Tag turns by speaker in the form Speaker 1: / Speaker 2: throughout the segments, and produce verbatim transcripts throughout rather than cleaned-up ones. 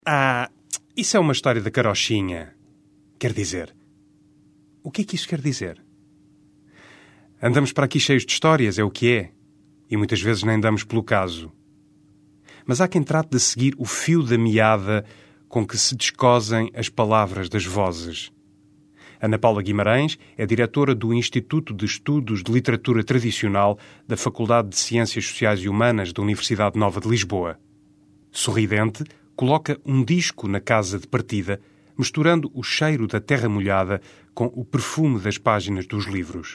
Speaker 1: Ah, isso é uma história da carochinha. Quer dizer... O que é que isso quer dizer? Andamos para aqui cheios de histórias, é o que é. E muitas vezes nem damos pelo caso. Mas há quem trate de seguir o fio da meada com que se descosem as palavras das vozes. Ana Paula Guimarães é diretora do Instituto de Estudos de Literatura Tradicional da Faculdade de Ciências Sociais e Humanas da Universidade Nova de Lisboa. Sorridente, coloca um disco na casa de partida, misturando o cheiro da terra molhada com o perfume das páginas dos livros.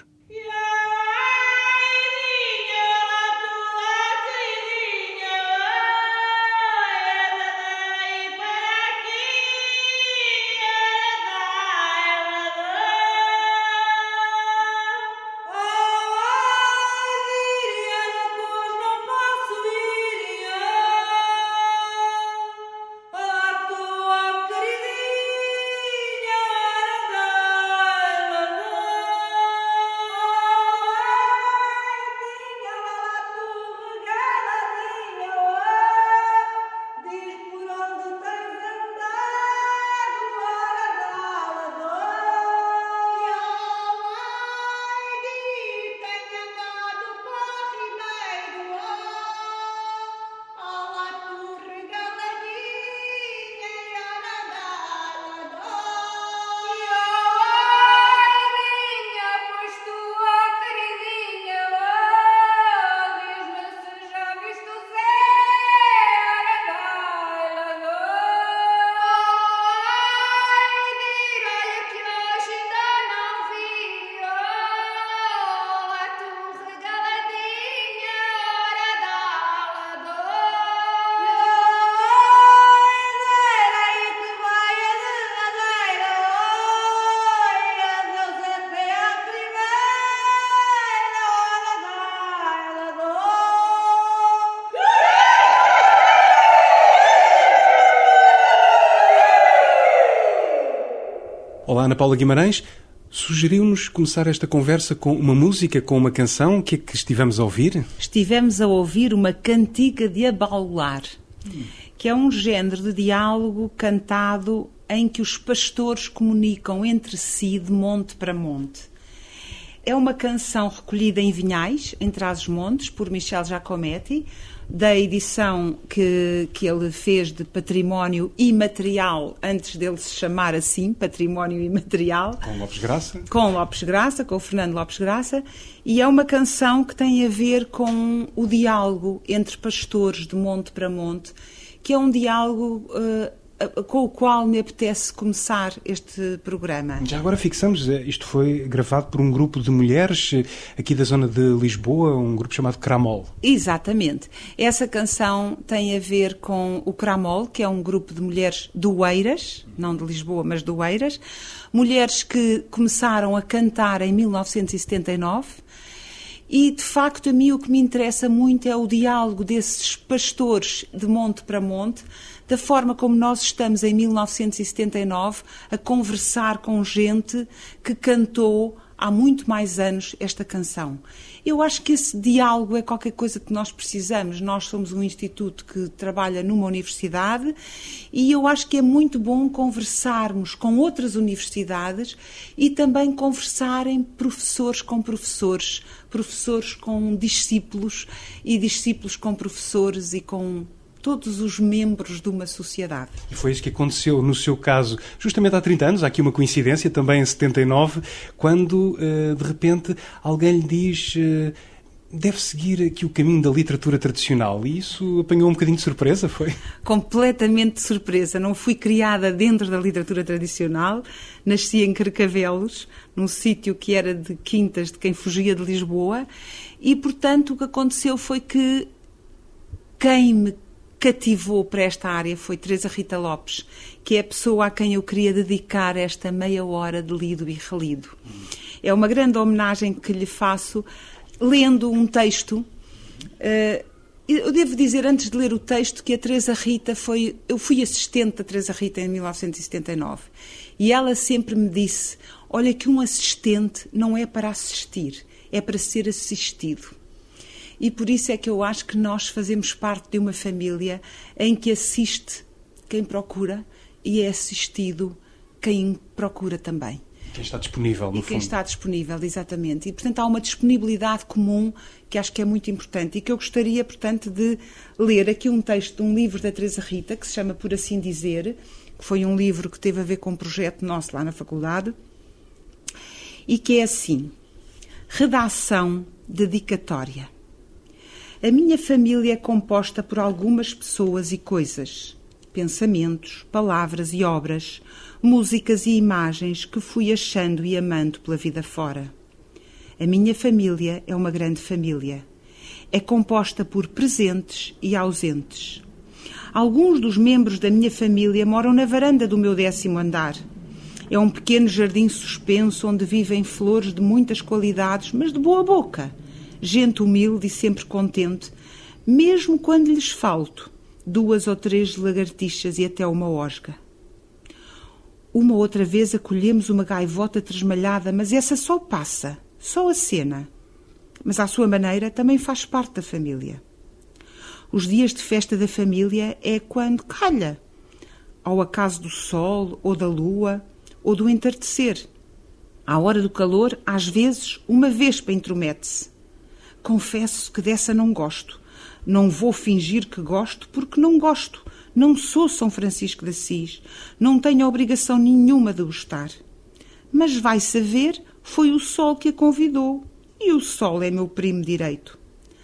Speaker 1: Olá, Ana Paula Guimarães. Sugeriu-nos começar esta conversa com uma música, com uma canção. O que é que estivemos a ouvir?
Speaker 2: Estivemos a ouvir uma cantiga de abaular, hum. que é um género de diálogo cantado em que os pastores comunicam entre si de monte para monte. É uma canção recolhida em Vinhais, em Trás-os-Montes, por Michel Giacometti, da edição que, que ele fez de Património Imaterial, antes dele se chamar assim, Património Imaterial.
Speaker 1: Com Lopes Graça.
Speaker 2: Com Lopes Graça, com o Fernando Lopes Graça. E é uma canção que tem a ver com o diálogo entre pastores de monte para monte, que é um diálogo uh, com o qual me apetece começar este programa.
Speaker 1: Já agora fixamos, isto foi gravado por um grupo de mulheres aqui da zona de Lisboa, um grupo chamado Cramol.
Speaker 2: Exatamente. Essa canção tem a ver com o Cramol, que é um grupo de mulheres do Oeiras, não de Lisboa, mas do Oeiras, mulheres que começaram a cantar em mil novecentos e setenta e nove. E, de facto, a mim o que me interessa muito é o diálogo desses pastores de monte para monte, da forma como nós estamos em mil novecentos e setenta e nove a conversar com gente que cantou há muito mais anos esta canção. Eu acho que esse diálogo é qualquer coisa que nós precisamos. Nós somos um instituto que trabalha numa universidade e eu acho que é muito bom conversarmos com outras universidades e também conversarem professores com professores, professores com discípulos e discípulos com professores e com todos os membros de uma sociedade.
Speaker 1: E foi isso que aconteceu no seu caso, justamente há trinta anos, há aqui uma coincidência, também em setenta e nove, quando, de repente, alguém lhe diz deve seguir aqui o caminho da literatura tradicional. E isso apanhou um bocadinho de surpresa, foi?
Speaker 2: Completamente de surpresa. Não fui criada dentro da literatura tradicional, nasci em Carcavelos, num sítio que era de quintas de quem fugia de Lisboa, e, portanto, o que aconteceu foi que quem me cativou para esta área foi Teresa Rita Lopes, que é a pessoa a quem eu queria dedicar esta meia hora de lido e relido. É uma grande homenagem que lhe faço lendo um texto. Eu devo dizer, antes de ler o texto, que a Teresa Rita foi... Eu fui assistente da Teresa Rita em mil novecentos e setenta e nove e ela sempre me disse, olha que um assistente não é para assistir, é para ser assistido. E por isso é que eu acho que nós fazemos parte de uma família em que assiste quem procura e é assistido quem procura também.
Speaker 1: Quem está disponível, no
Speaker 2: E quem
Speaker 1: fundo.
Speaker 2: está disponível, exatamente. E, portanto, há uma disponibilidade comum que acho que é muito importante e que eu gostaria, portanto, de ler aqui um texto de um livro da Teresa Rita, que se chama Por Assim Dizer, que foi um livro que teve a ver com um projeto nosso lá na faculdade, e que é assim: redação dedicatória. A minha família é composta por algumas pessoas e coisas, pensamentos, palavras e obras, músicas e imagens que fui achando e amando pela vida fora. A minha família é uma grande família. É composta por presentes e ausentes. Alguns dos membros da minha família moram na varanda do meu décimo andar. É um pequeno jardim suspenso onde vivem flores de muitas qualidades, mas de boa boca. Gente humilde e sempre contente, mesmo quando lhes falto duas ou três lagartixas e até uma osga. Uma outra vez acolhemos uma gaivota tresmalhada, mas essa só passa, só acena. Mas à sua maneira também faz parte da família. Os dias de festa da família é quando calha, ao acaso do sol ou da lua ou do entardecer. À hora do calor, às vezes, uma vespa intromete-se. Confesso que dessa não gosto. Não vou fingir que gosto porque não gosto. Não sou São Francisco de Assis. Não tenho obrigação nenhuma de gostar. Mas vai saber, foi o sol que a convidou. E o sol é meu primo direito.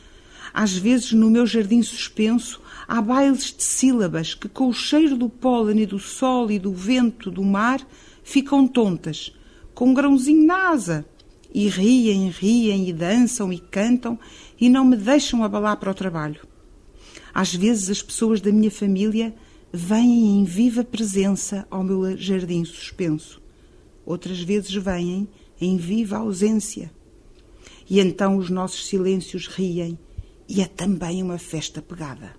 Speaker 2: Às vezes, no meu jardim suspenso, há bailes de sílabas que, com o cheiro do pólen e do sol e do vento do mar, ficam tontas, com um grãozinho na asa. E riem, riem e dançam e cantam e não me deixam abalar para o trabalho. Às vezes as pessoas da minha família vêm em viva presença ao meu jardim suspenso. Outras vezes vêm em viva ausência. E então os nossos silêncios riem e é também uma festa pegada.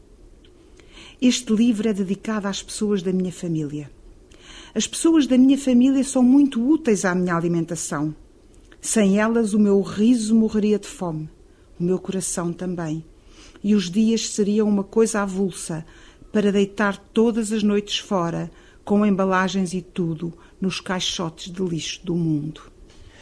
Speaker 2: Este livro é dedicado às pessoas da minha família. As pessoas da minha família são muito úteis à minha alimentação. Sem elas, o meu riso morreria de fome, o meu coração também. E os dias seriam uma coisa avulsa para deitar todas as noites fora, com embalagens e tudo, nos caixotes de lixo do mundo.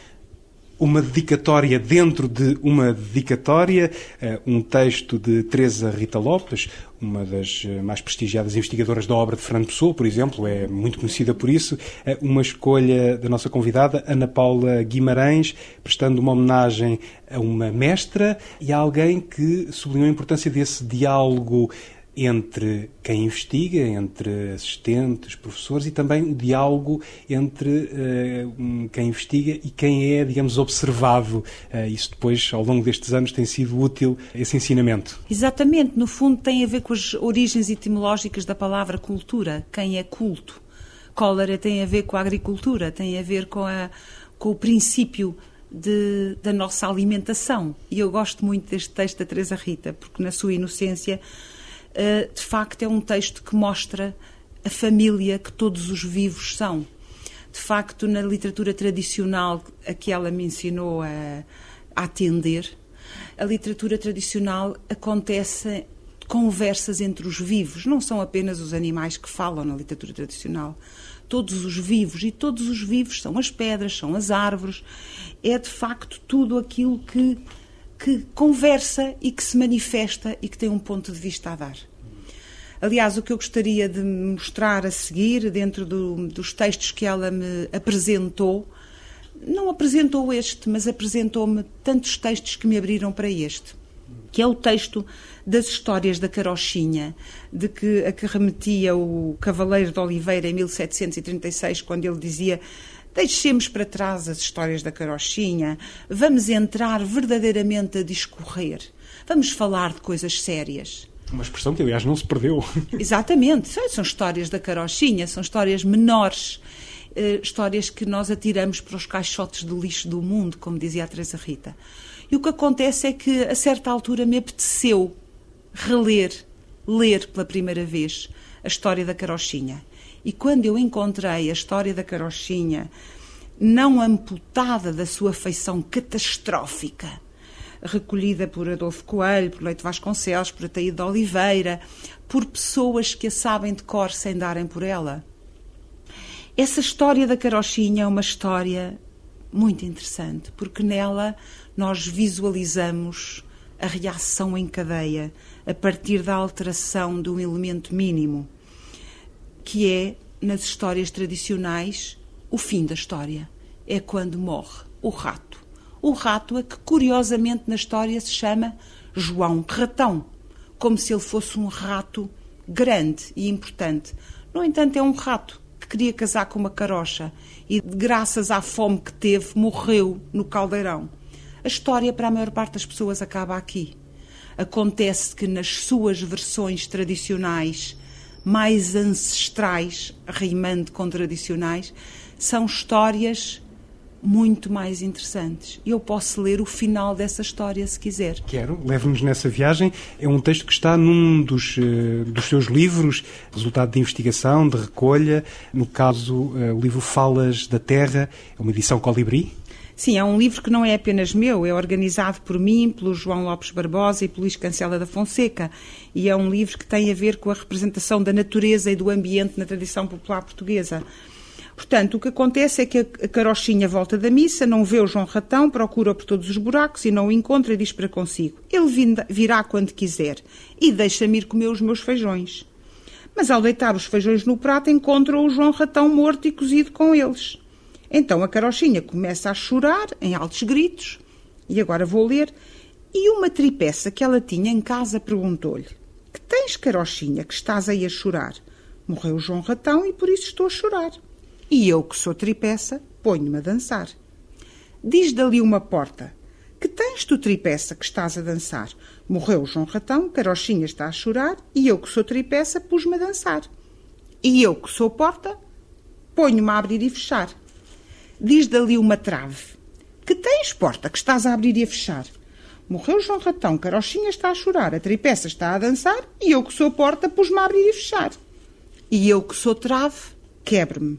Speaker 1: Uma dedicatória dentro de uma dedicatória, um texto de Teresa Rita Lopes, uma das mais prestigiadas investigadoras da obra de Fernando Pessoa, por exemplo, é muito conhecida por isso, uma escolha da nossa convidada, Ana Paula Guimarães, prestando uma homenagem a uma mestra e a alguém que sublinhou a importância desse diálogo entre quem investiga, entre assistentes, professores, e também o diálogo entre uh, quem investiga e quem é, digamos, observado. Uh, isso depois, ao longo destes anos, tem sido útil, esse ensinamento.
Speaker 2: Exatamente. No fundo, tem a ver com as origens etimológicas da palavra cultura. Quem é culto? Cólera tem a ver com a agricultura, tem a ver com, a, com o princípio de, da nossa alimentação. E eu gosto muito deste texto da Teresa Rita, porque na sua inocência, de facto, é um texto que mostra a família que todos os vivos são. De facto, na literatura tradicional a que ela me ensinou a, a atender, a literatura tradicional acontece conversas entre os vivos. Não são apenas os animais que falam na literatura tradicional. Todos os vivos, e todos os vivos são as pedras, são as árvores. É, de facto, tudo aquilo que... que conversa e que se manifesta e que tem um ponto de vista a dar. Aliás, o que eu gostaria de mostrar a seguir, dentro do, dos textos que ela me apresentou, não apresentou este, mas apresentou-me tantos textos que me abriram para este, que é o texto das histórias da carochinha, de que, a que remetia o Cavaleiro de Oliveira em mil setecentos e trinta e seis, quando ele dizia: deixemos para trás as histórias da carochinha, vamos entrar verdadeiramente a discorrer, vamos falar de coisas sérias.
Speaker 1: Uma expressão que, aliás, não se perdeu.
Speaker 2: Exatamente, são histórias da carochinha, são histórias menores, histórias que nós atiramos para os caixotes do lixo do mundo, como dizia a Teresa Rita. E o que acontece é que, a certa altura, me apeteceu reler, ler pela primeira vez a história da carochinha. E quando eu encontrei a história da carochinha, não amputada da sua feição catastrófica, recolhida por Adolfo Coelho, por Leite Vasconcelos, por Ataíde de Oliveira, por pessoas que a sabem de cor sem darem por ela. Essa história da carochinha é uma história muito interessante, porque nela nós visualizamos a reação em cadeia a partir da alteração de um elemento mínimo, que é, nas histórias tradicionais, o fim da história. É quando morre o rato. O rato a que, curiosamente, na história se chama João Ratão, como se ele fosse um rato grande e importante. No entanto, é um rato que queria casar com uma carocha e, graças à fome que teve, morreu no caldeirão. A história, para a maior parte das pessoas, acaba aqui. Acontece que, nas suas versões tradicionais, mais ancestrais, rimando com tradicionais, são histórias muito mais interessantes. Eu posso ler o final dessa história, se quiser.
Speaker 1: Quero, leve-nos nessa viagem. É um texto que está num dos, uh, dos seus livros, resultado de investigação, de recolha. No caso, uh, o livro Falas da Terra, é uma edição Colibri.
Speaker 2: Sim, é um livro que não é apenas meu, é organizado por mim, pelo João Lopes Barbosa e pelo Luís Cancela da Fonseca, e é um livro que tem a ver com a representação da natureza e do ambiente na tradição popular portuguesa. Portanto, o que acontece é que a carochinha volta da missa, não vê o João Ratão, procura por todos os buracos e não o encontra e diz para consigo: ele virá quando quiser e deixa-me ir comer os meus feijões. Mas ao deitar os feijões no prato, encontra o João Ratão morto e cozido com eles. Então a carochinha começa a chorar em altos gritos, e agora vou ler, e uma tripeça que ela tinha em casa perguntou-lhe: que tens, carochinha, que estás aí a chorar? Morreu o João Ratão e por isso estou a chorar. E eu, que sou tripeça, ponho-me a dançar. Diz dali uma porta: que tens tu, tripeça, que estás a dançar? Morreu o João Ratão, carochinha está a chorar, e eu, que sou tripeça, pus-me a dançar. E eu, que sou porta, ponho-me a abrir e fechar. Diz dali uma trave: que tens, porta, que estás a abrir e a fechar? Morreu João Ratão, carochinha está a chorar, a tripeça está a dançar, e eu que sou porta pus-me a abrir e fechar. E eu que sou trave, quebre-me.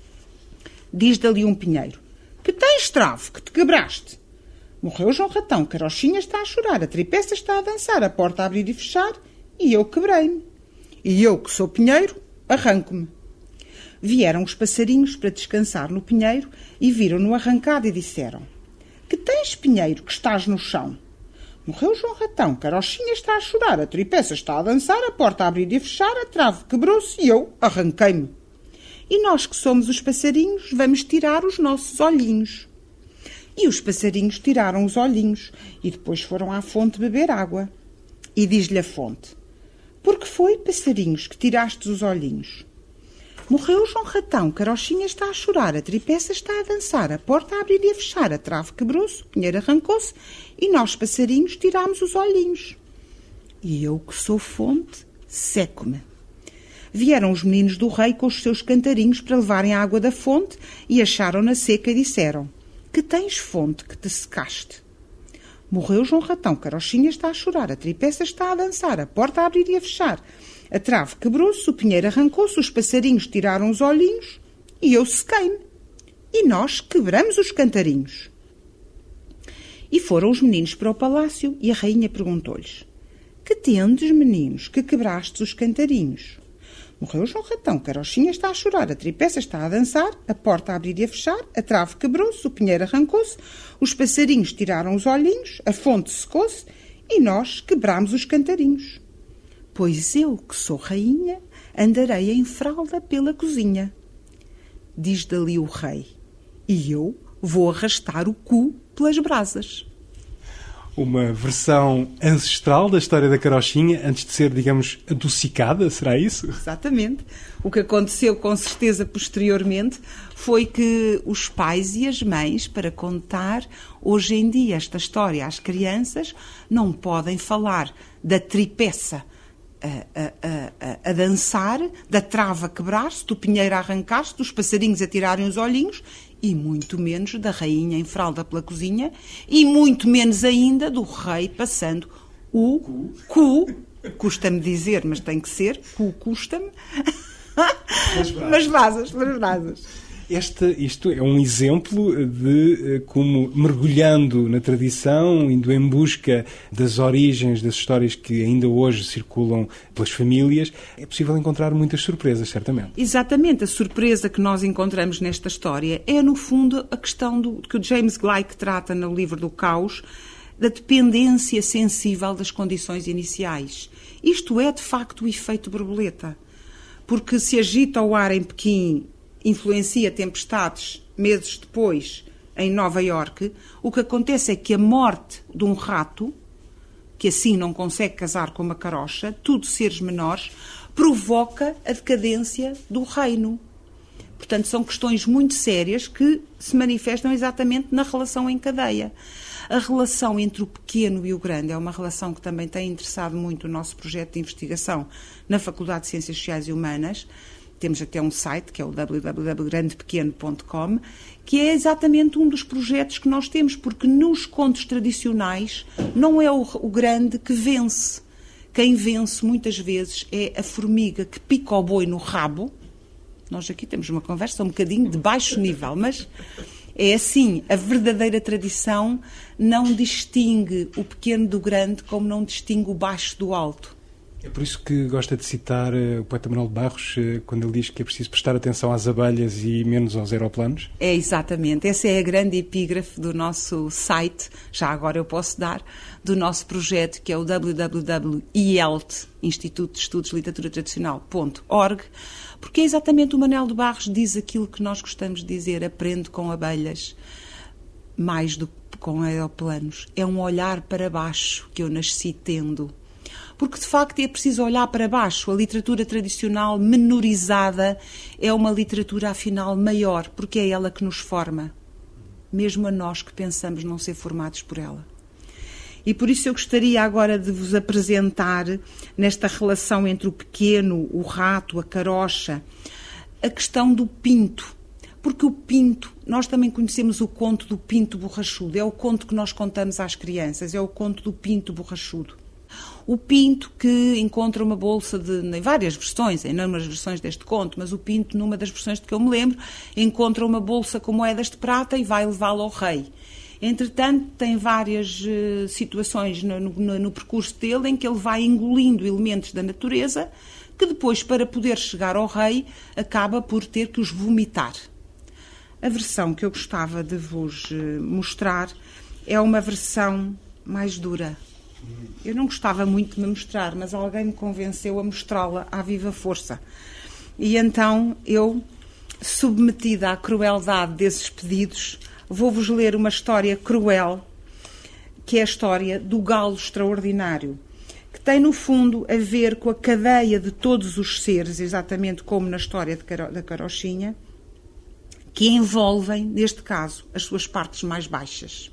Speaker 2: Diz dali um pinheiro: que tens, trave, que te quebraste? Morreu João Ratão, carochinha está a chorar, a tripeça está a dançar, a porta a abrir e fechar, e eu quebrei-me. E eu que sou pinheiro, arranco-me. Vieram os passarinhos para descansar no pinheiro e viram-no arrancado e disseram: que tens, pinheiro, que estás no chão? Morreu João Ratão, carochinha está a chorar, a tripeça está a dançar, a porta a abrir e a fechar, a trave quebrou-se e eu arranquei-me. E nós que somos os passarinhos vamos tirar os nossos olhinhos. E os passarinhos tiraram os olhinhos e depois foram à fonte beber água. E diz-lhe a fonte: por que foi, passarinhos, que tirastes os olhinhos? Morreu João Ratão, carochinha está a chorar, a tripeça está a dançar, a porta a abrir e a fechar, a trave quebrou-se, o pinheiro arrancou-se e nós, passarinhos, tirámos os olhinhos. E eu, que sou fonte, seco-me. Vieram os meninos do rei com os seus cantarinhos para levarem a água da fonte e acharam-na seca e disseram: que tens, fonte, que te secaste? Morreu João Ratão, carochinha está a chorar, a tripeça está a dançar, a porta a abrir e a fechar, a trave quebrou-se, o pinheiro arrancou-se, os passarinhos tiraram os olhinhos e eu sequei-me. E nós quebramos os cantarinhos. E foram os meninos para o palácio e a rainha perguntou-lhes: que tendes, meninos, que quebrastes os cantarinhos? Morreu João Ratão, carochinha está a chorar, a tripeça está a dançar, a porta a abrir e a fechar, a trave quebrou-se, o pinheiro arrancou-se, os passarinhos tiraram os olhinhos, a fonte secou-se e nós quebramos os cantarinhos. Pois eu, que sou rainha, andarei em fralda pela cozinha. Diz dali o rei: e eu vou arrastar o cu pelas brasas.
Speaker 1: Uma versão ancestral da história da carochinha, antes de ser, digamos, adocicada, será isso?
Speaker 2: Exatamente. O que aconteceu, com certeza, posteriormente, foi que os pais e as mães, para contar hoje em dia esta história às crianças, não podem falar da tripeça A, a, a, a dançar, da trava a quebrar-se, do pinheiro a arrancar-se, dos passarinhos a tirarem os olhinhos, e muito menos da rainha em fralda pela cozinha, e muito menos ainda do rei passando o cu, custa-me dizer, mas tem que ser, cu custa-me, mas brasas, mas brasas.
Speaker 1: Este, isto é um exemplo de como, mergulhando na tradição, indo em busca das origens das histórias que ainda hoje circulam pelas famílias, é possível encontrar muitas surpresas, certamente.
Speaker 2: Exatamente. A surpresa que nós encontramos nesta história é, no fundo, a questão do, que o James Gleick trata no livro do Caos, da dependência sensível das condições iniciais. Isto é, de facto, o efeito borboleta. Porque se agita o ar em Pequim, influencia tempestades meses depois em Nova Iorque, o que acontece é que a morte de um rato, que assim não consegue casar com uma carocha, tudo seres menores, provoca a decadência do reino. Portanto, são questões muito sérias que se manifestam exatamente na relação em cadeia. A relação entre o pequeno e o grande é uma relação que também tem interessado muito o nosso projeto de investigação na Faculdade de Ciências Sociais e Humanas. Temos até um site, que é o w w w ponto grande pequeno ponto com, que é exatamente um dos projetos que nós temos, porque nos contos tradicionais não é o, o grande que vence. Quem vence, muitas vezes, é a formiga que pica o boi no rabo. Nós aqui temos uma conversa um bocadinho de baixo nível, mas é assim, a verdadeira tradição não distingue o pequeno do grande como não distingue o baixo do alto.
Speaker 1: É por isso que gosta de citar uh, o poeta Manuel de Barros, uh, quando ele diz que é preciso prestar atenção às abelhas e menos aos aeroplanos?
Speaker 2: É, exatamente. Essa é a grande epígrafe do nosso site, já agora eu posso dar, do nosso projeto, que é o w w w ponto i e l t, Instituto de Estudos de Literatura Tradicional ponto org, porque é exatamente o Manuel de Barros diz aquilo que nós gostamos de dizer: aprende com abelhas mais do que com aeroplanos. É um olhar para baixo que eu nasci tendo. Porque, de facto, é preciso olhar para baixo. A literatura tradicional menorizada é uma literatura, afinal, maior, porque é ela que nos forma, mesmo a nós que pensamos não ser formados por ela. E por isso eu gostaria agora de vos apresentar, nesta relação entre o pequeno, o rato, a carocha, a questão do pinto. Porque o pinto, nós também conhecemos o conto do pinto borrachudo. É o conto que nós contamos às crianças, é o conto do pinto borrachudo. O pinto que encontra uma bolsa de, em várias versões, em inúmeras versões deste conto, mas o pinto, numa das versões de que eu me lembro, encontra uma bolsa com moedas de prata e vai levá-la ao rei. Entretanto, tem várias uh, situações no, no, no percurso dele em que ele vai engolindo elementos da natureza que depois, para poder chegar ao rei, acaba por ter que os vomitar. A versão que eu gostava de vos uh, mostrar é uma versão mais dura. Eu não gostava muito de me mostrar, mas alguém me convenceu a mostrá-la à viva força. E então eu, submetida à crueldade desses pedidos, vou-vos ler uma história cruel, que é a história do galo extraordinário, que tem, no fundo, a ver com a cadeia de todos os seres, exatamente como na história de Caro- da carochinha, que envolvem, neste caso, as suas partes mais baixas.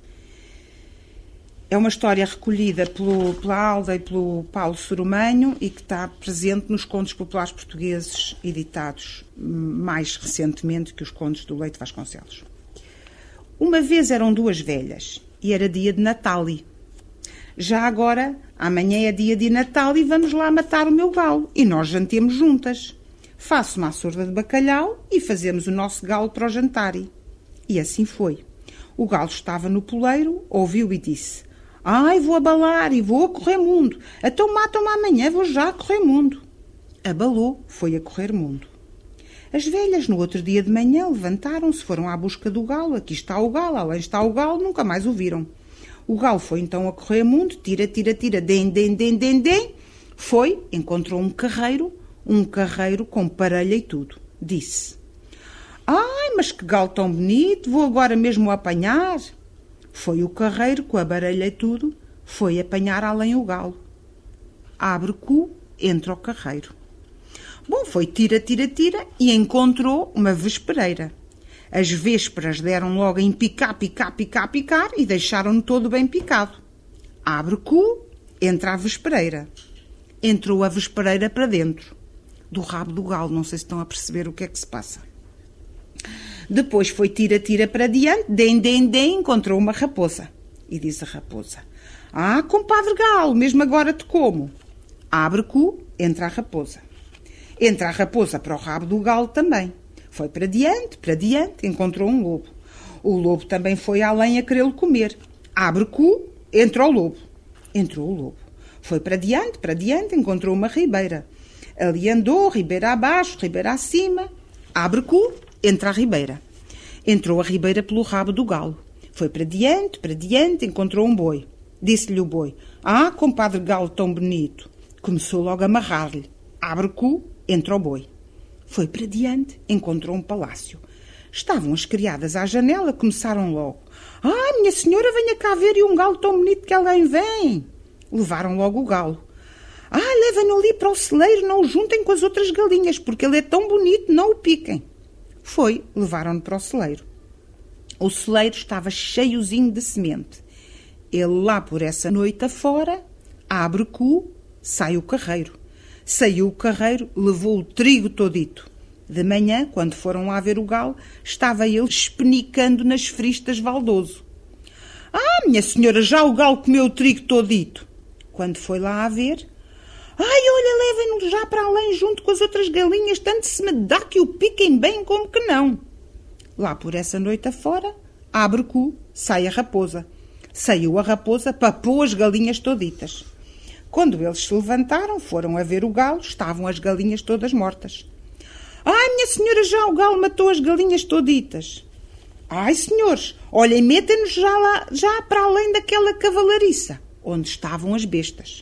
Speaker 2: É uma história recolhida pelo, pela Alda e pelo Paulo Soromanho e que está presente nos contos populares portugueses editados mais recentemente que os contos do Leite Vasconcelos. Uma vez eram duas velhas e era dia de Natal. Já agora, amanhã é dia de Natal e vamos lá matar o meu galo e nós jantemos juntas. Faço uma açorda de bacalhau e fazemos o nosso galo para o jantar. E assim foi. O galo estava no poleiro, ouviu e disse: ai, vou abalar e vou a correr mundo. Então matam-me amanhã, vou já a correr mundo. Abalou, foi a correr mundo. As velhas, no outro dia de manhã, levantaram-se, foram à busca do galo. Aqui está o galo, além está o galo, nunca mais o viram. O galo foi então a correr mundo, tira, tira, tira, dem, dem, dem, dem, dem. Foi, encontrou um carreiro, um carreiro com parelha e tudo. Disse: ai, mas que galo tão bonito, vou agora mesmo apanhar. Foi o carreiro, com a barelha e tudo, foi apanhar além o galo. Abre cu, entra o carreiro. Bom, foi tira, tira, tira e encontrou uma vespereira. As vésperas deram logo em picar, picar, picar, picar e deixaram-no todo bem picado. Abre cu, entra a vespereira. Entrou a vespereira para dentro do rabo do galo. Não sei se estão a perceber o que é que se passa. Depois foi tira, tira para diante, dem, dem, dem, encontrou uma raposa. E diz a raposa: ah, compadre galo, mesmo agora te como. Abre cu, entra a raposa. Entra a raposa para o rabo do galo também. Foi para diante, para diante, encontrou um lobo. O lobo também foi além a querê-lo comer. Abre o cu, entra o lobo. Entrou o lobo. Foi para diante, para diante, encontrou uma ribeira. Ali andou, ribeira abaixo, ribeira acima. Abre o cu, entra a ribeira. Entrou a ribeira pelo rabo do galo. Foi para diante, para diante, encontrou um boi. Disse-lhe o boi: ah, compadre galo tão bonito. Começou logo a amarrar-lhe. Abre o cu, entra o boi. Foi para diante, encontrou um palácio. Estavam as criadas à janela, começaram logo: ah, minha senhora, venha cá ver, e um galo tão bonito que alguém vem. Levaram logo o galo. Ah, levem-no ali para o celeiro, não o juntem com as outras galinhas, porque ele é tão bonito, não o piquem. Foi, levaram-no para o celeiro. O celeiro estava cheiozinho de semente. Ele lá por essa noite afora, abre o cu, sai o carreiro. Saiu o carreiro, levou o trigo todito. De manhã, quando foram lá ver o galo, estava ele espenicando nas fristas valdoso. Ah, minha senhora, já o galo comeu o trigo todito. Quando foi lá a ver: ai, olha, levem-no já para além junto com as outras galinhas, tanto se me dá que o piquem bem como que não. Lá por essa noite afora, abre o cu, sai a raposa. Saiu a raposa, papou as galinhas toditas. Quando eles se levantaram, foram a ver o galo, estavam as galinhas todas mortas. Ai, minha senhora, já o galo matou as galinhas toditas. Ai, senhores, olhem, metem-nos já lá, já para além daquela cavalariça, onde estavam as bestas.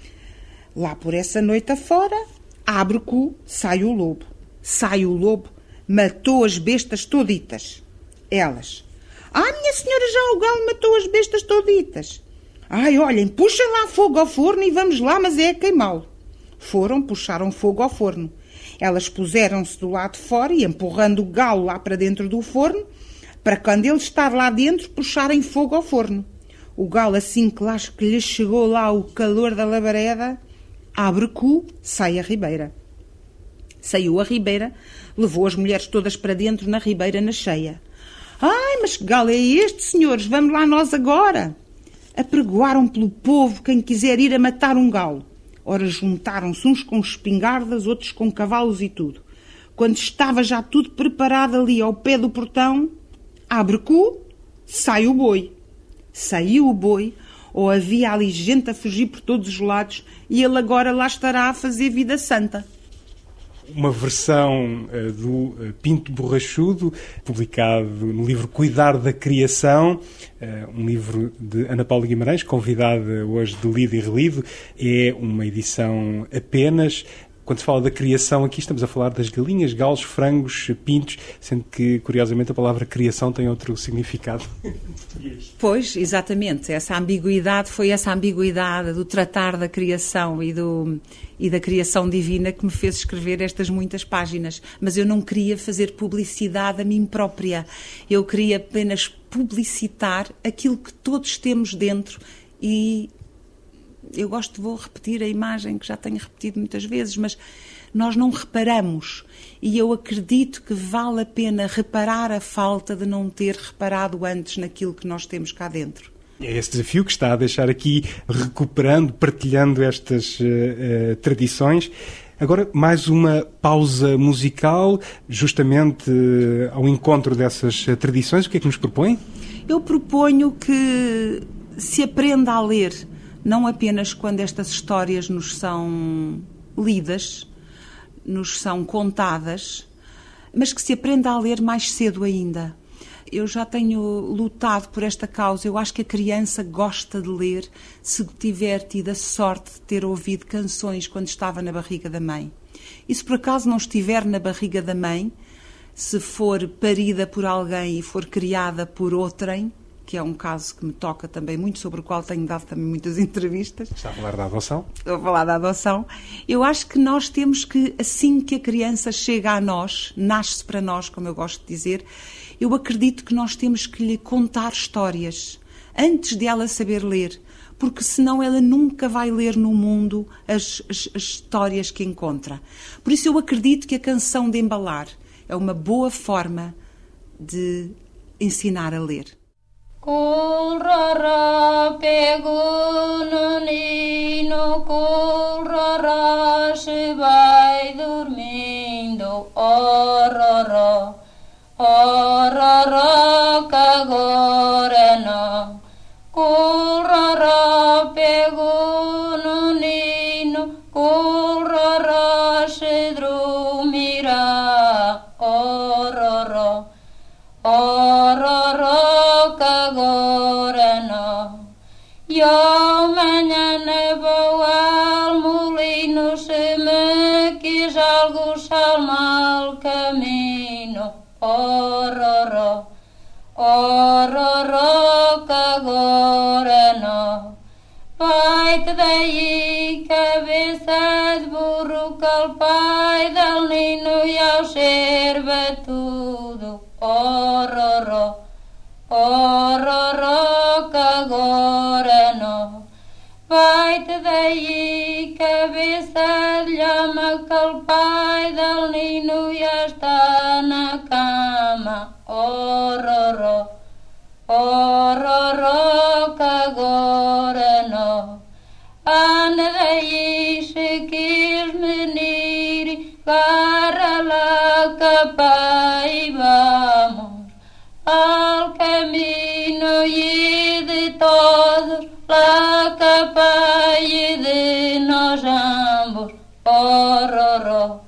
Speaker 2: Lá por essa noite afora, abre o cu, sai o lobo. Sai o lobo, matou as bestas toditas. Elas: ai, minha senhora, já o galo matou as bestas toditas. Ai, olhem, puxem lá fogo ao forno e vamos lá, mas é a queimá-lo. Foram, puxaram fogo ao forno. Elas puseram-se do lado de fora e empurrando o galo lá para dentro do forno, para quando ele estar lá dentro, puxarem fogo ao forno. O galo, assim que, lá, que lhe chegou lá o calor da labareda, abre o cu, sai a ribeira. Saiu a ribeira, levou as mulheres todas para dentro na ribeira na cheia. Ai, mas que galo é este, senhores? Vamos lá nós agora. Apregoaram pelo povo quem quiser ir a matar um galo. Ora, juntaram-se uns com espingardas, outros com cavalos e tudo. Quando estava já tudo preparado ali ao pé do portão, abre o cu, sai o boi. Saiu o boi, ou havia ali gente a fugir por todos os lados, e ele agora lá estará a fazer vida santa.
Speaker 1: Uma versão uh, do uh, Pinto Borrachudo, publicado no livro Cuidar da Criação, uh, um livro de Ana Paula Guimarães, convidada hoje de lido e relido. É uma edição apenas. Quando se fala da criação, aqui estamos a falar das galinhas, galos, frangos, pintos, sendo que, curiosamente, a palavra criação tem outro significado.
Speaker 2: Pois, exatamente. Essa ambiguidade foi essa ambiguidade do tratar da criação e, do, e da criação divina que me fez escrever estas muitas páginas. Mas eu não queria fazer publicidade a mim própria. Eu queria apenas publicitar aquilo que todos temos dentro e... Eu gosto, vou repetir a imagem que já tenho repetido muitas vezes, mas nós não reparamos. E eu acredito que vale a pena reparar a falta de não ter reparado antes naquilo que nós temos cá dentro.
Speaker 1: É esse desafio que está a deixar aqui, recuperando, partilhando estas uh, uh, tradições. Agora, mais uma pausa musical, justamente uh, ao encontro dessas uh, tradições. O que é que nos propõe?
Speaker 2: Eu proponho que se aprenda a ler, não apenas quando estas histórias nos são lidas, nos são contadas, mas que se aprenda a ler mais cedo ainda. Eu já tenho lutado por esta causa. Eu acho que a criança gosta de ler se tiver tido a sorte de ter ouvido canções quando estava na barriga da mãe. E se por acaso não estiver na barriga da mãe, se for parida por alguém e for criada por outrem, que é um caso que me toca também muito, sobre o qual tenho dado também muitas entrevistas.
Speaker 1: Está a falar da adoção?
Speaker 2: Estou a falar da adoção. Eu acho que nós temos que, assim que a criança chega a nós, nasce para nós, como eu gosto de dizer, eu acredito que nós temos que lhe contar histórias, antes de ela saber ler, porque senão ela nunca vai ler no mundo as, as, as histórias que encontra. Por isso eu acredito que a canção de embalar é uma boa forma de ensinar a ler.
Speaker 3: Kulrara pegou nino, kulrara se vai dormindo. Oh. ororo, ororo, agora não. Currará pegou no nino, currará se dormirá, ororo, ororo, agora não. E amanhã vou ao molino, se me quis algo salmar caminho, ororo, ororo, agora não. Vai-te daí, cabeça de burro, que o pai del nino e ao serve tudo, ororo, ororo, agora não. Vai-te daí, cabeça de lhama, que o pai del nino já está na cama, ororo, ororo, agora não. Anda daí, se quis venir, para lá, capa e vamos al camino e de todos, la capa e de nós ambos, ororo,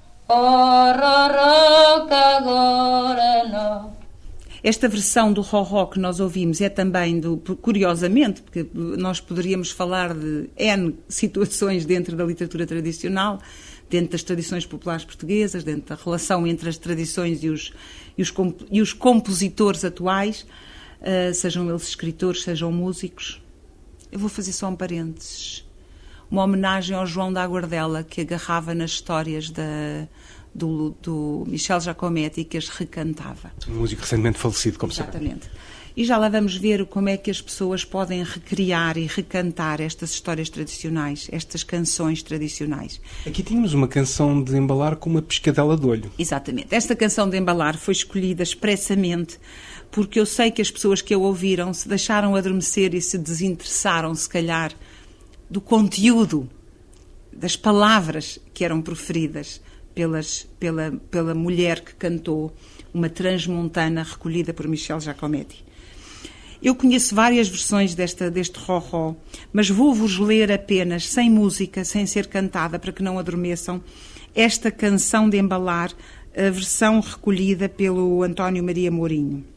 Speaker 3: ororo, agora não.
Speaker 2: Esta versão do Rorró que nós ouvimos é também, do, curiosamente, porque nós poderíamos falar de N situações dentro da literatura tradicional, dentro das tradições populares portuguesas, dentro da relação entre as tradições e os, e os, e os compositores atuais, uh, sejam eles escritores, sejam músicos. Eu vou fazer só um parênteses. Uma homenagem ao João da Aguardela, que agarrava nas histórias da... Do, do Michel Giacometti, que as recantava.
Speaker 1: Um músico recentemente falecido, como sabemos.
Speaker 2: Exatamente. E já lá vamos ver como é que as pessoas podem recriar e recantar estas histórias tradicionais, estas canções tradicionais.
Speaker 1: Aqui tínhamos uma canção de embalar com uma pescadela de olho.
Speaker 2: Exatamente. Esta canção de embalar foi escolhida expressamente porque eu sei que as pessoas que a ouviram se deixaram adormecer e se desinteressaram, se calhar, do conteúdo, das palavras que eram proferidas Pelas, pela, pela mulher que cantou uma transmontana recolhida por Michel Giacometti. Eu conheço várias versões desta, deste Rorró, mas vou-vos ler apenas, sem música, sem ser cantada, para que não adormeçam, esta canção de embalar, a versão recolhida pelo António Maria Mourinho.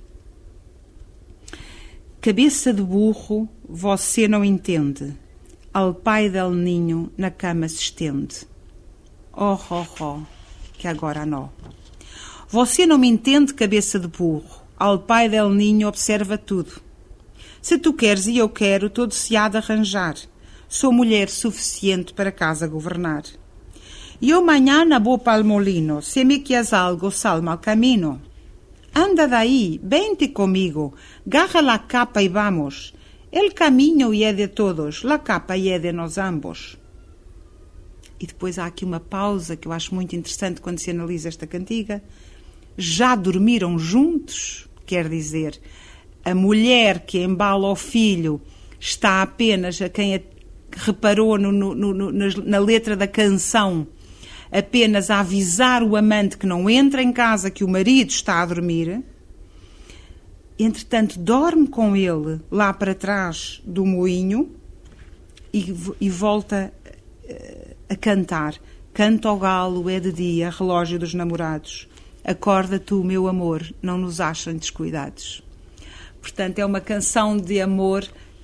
Speaker 2: Cabeça de burro, você não entende, ao pai del ninho na cama se estende. Oh, oh, oh, que agora não. Você não me entende, cabeça de burro. Ao pai del ninho observa tudo. Se tu queres e eu quero, todo se há de arranjar. Sou mulher suficiente para casa governar. E eu mañana vou para o molino, se me queres algo, salma al camino. Anda daí, vente comigo, garra la capa e vamos. El caminho é de todos, la capa é de nós ambos. E depois há aqui uma pausa que eu acho muito interessante quando se analisa esta cantiga. Já dormiram juntos? Quer dizer, a mulher que embala o filho está apenas, a quem a, reparou no, no, no, na, na letra da canção, apenas a avisar o amante que não entra em casa, que o marido está a dormir. Entretanto, dorme com ele lá para trás do moinho e, e volta a cantar. Canta ao galo, é de dia, relógio dos namorados. Acorda tu, meu amor, não nos achem descuidados. Portanto, é uma canção de amor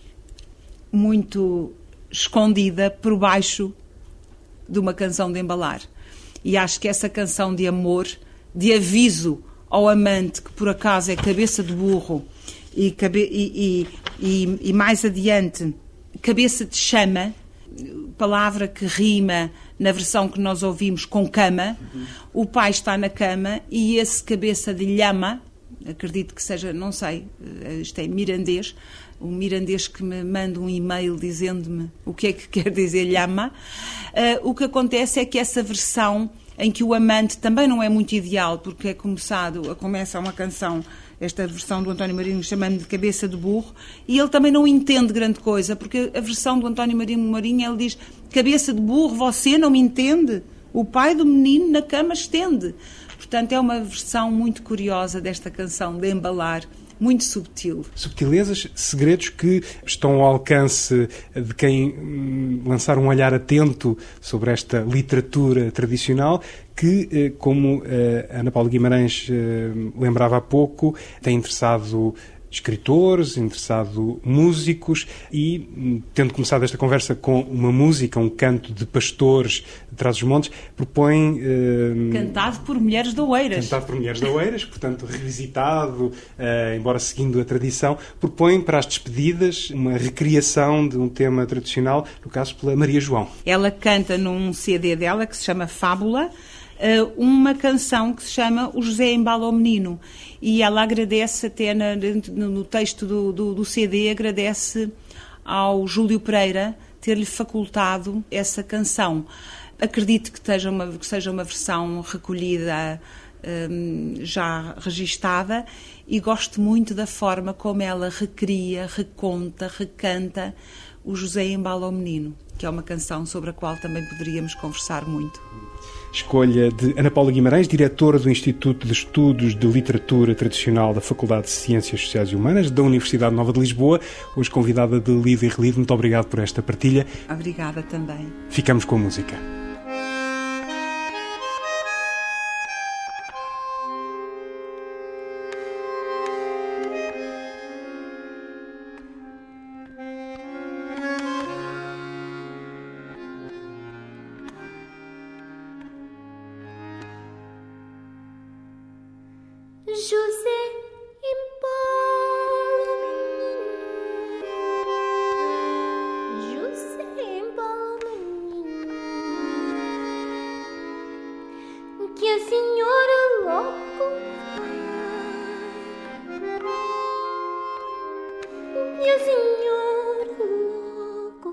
Speaker 2: muito escondida por baixo de uma canção de embalar. E acho que essa canção de amor, de aviso ao amante que por acaso é cabeça de burro e, cabe- e, e, e, e mais adiante cabeça de chama, palavra que rima na versão que nós ouvimos com cama, uhum. O pai está na cama e esse cabeça de lhama, acredito que seja, não sei, isto é mirandês, um mirandês que me manda um e-mail dizendo-me o que é que quer dizer lhama, uh, o que acontece é que essa versão em que o amante também não é muito ideal, porque é começado, começa uma canção, esta versão do António Marinho chamando de cabeça de burro, e ele também não entende grande coisa, porque a versão do António Marinho Marinho, ele diz, cabeça de burro, você não me entende? O pai do menino na cama estende. Portanto, portanto é uma versão muito curiosa desta canção de Embalar, muito subtil.
Speaker 1: Subtilezas, segredos que estão ao alcance de quem hum, lançar um olhar atento sobre esta literatura tradicional que, como a Ana Paula Guimarães lembrava há pouco, tem interessado escritores, interessado músicos e, tendo começado esta conversa com uma música, um canto de pastores de Trás-os-Montes, propõe... Uh,
Speaker 2: cantado por mulheres de Oeiras.
Speaker 1: Cantado por mulheres de Oeiras, portanto revisitado, uh, embora seguindo a tradição, propõe para as despedidas uma recriação de um tema tradicional, no caso pela Maria João.
Speaker 2: Ela canta num C D dela que se chama Fábula, uma canção que se chama O José Embala o Menino, e ela agradece até na, no texto do, do, do C D, agradece ao Júlio Pereira ter-lhe facultado essa canção. Acredito que, seja uma, que seja uma versão recolhida, um, já registada, e gosto muito da forma como ela recria, reconta, recanta O José Embala o Menino, que é uma canção sobre a qual também poderíamos conversar muito.
Speaker 1: Escolha de Ana Paula Guimarães, diretora do Instituto de Estudos de Literatura Tradicional da Faculdade de Ciências Sociais e Humanas da Universidade Nova de Lisboa, hoje convidada de Lido e Relido. Muito obrigado por esta partilha.
Speaker 2: Obrigada também.
Speaker 1: Ficamos com a música.
Speaker 3: José Embala o menino, José Embala o menino, que a senhora logo vai, que a senhora logo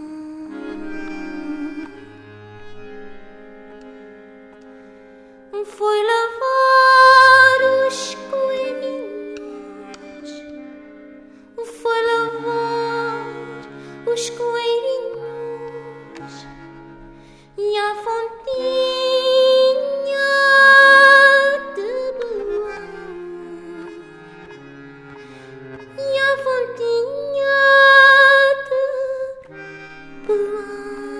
Speaker 3: vai, foi lavar os coelhinhos, foi lavar os coelhinhos e a fontinha de Belém, e a fontinha de Belém.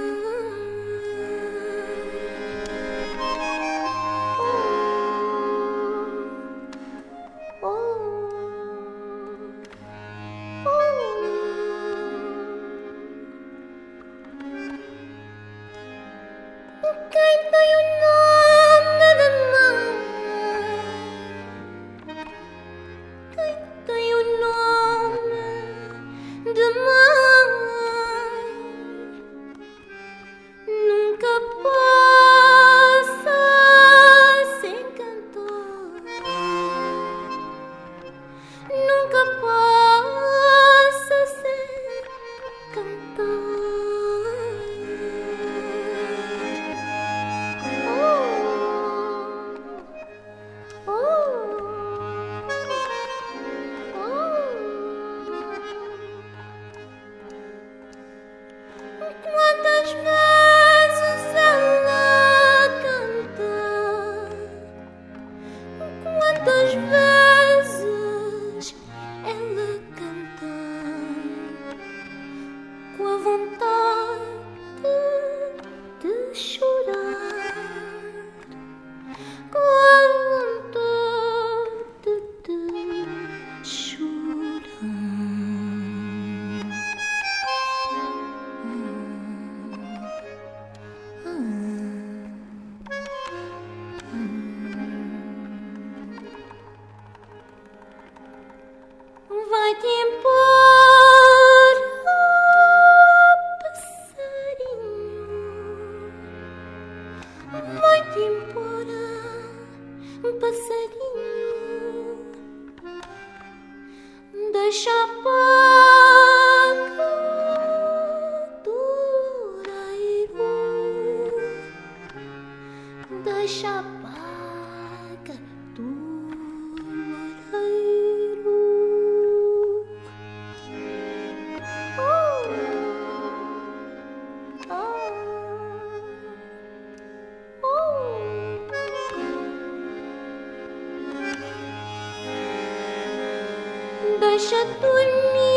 Speaker 3: Quem tem o nome da mãe, quem tem o nome de mãe, nunca passa sem cantar, nunca passa sem cantar. Quantas vezes ela canta, quantas vezes ela canta, com a vontade de chorar, com a vontade de chorar. Vai-te embora, passarinho, vai-te embora, passarinho, deixa a paca do oreiro, deixa a paca do oreiro. deixa dormir.